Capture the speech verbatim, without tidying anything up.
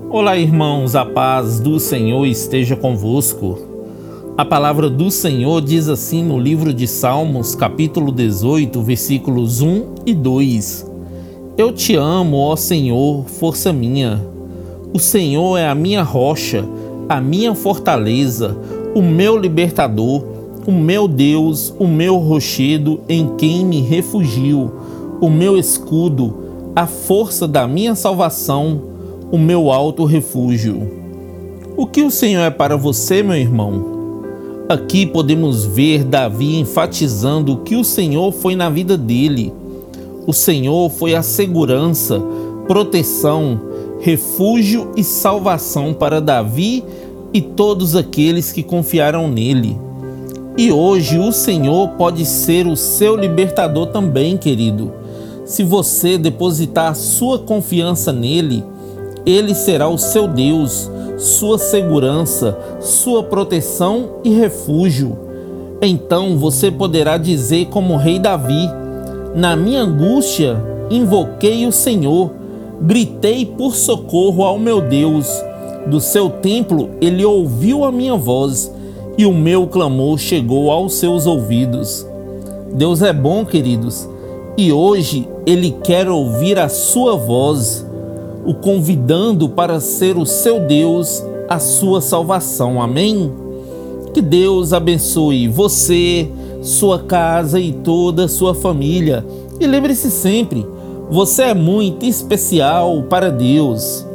Olá, irmãos, a paz do Senhor esteja convosco. A palavra do Senhor diz assim no livro de Salmos, capítulo dezoito, versículos um e dois: Eu te amo, ó Senhor, força minha. O Senhor é a minha rocha, a minha fortaleza, o meu libertador, o meu Deus, o meu rochedo em quem me refugio, o meu escudo, a força da minha salvação, o meu alto refúgio. O que o Senhor é para você, meu irmão? Aqui podemos ver Davi enfatizando o que o Senhor foi na vida dele. O Senhor foi a segurança, proteção, refúgio e salvação para Davi e todos aqueles que confiaram nele. E hoje o Senhor pode ser o seu libertador também, querido. Se você depositar sua confiança nele, ele será o seu Deus, sua segurança, sua proteção e refúgio. Então você poderá dizer como o rei Davi: na minha angústia invoquei o Senhor, gritei por socorro ao meu Deus. Do seu templo ele ouviu a minha voz e o meu clamor chegou aos seus ouvidos. Deus é bom, queridos, e hoje ele quer ouvir a sua voz, o convidando para ser o seu Deus, a sua salvação. Amém? Que Deus abençoe você, sua casa e toda a sua família. E lembre-se sempre, você é muito especial para Deus.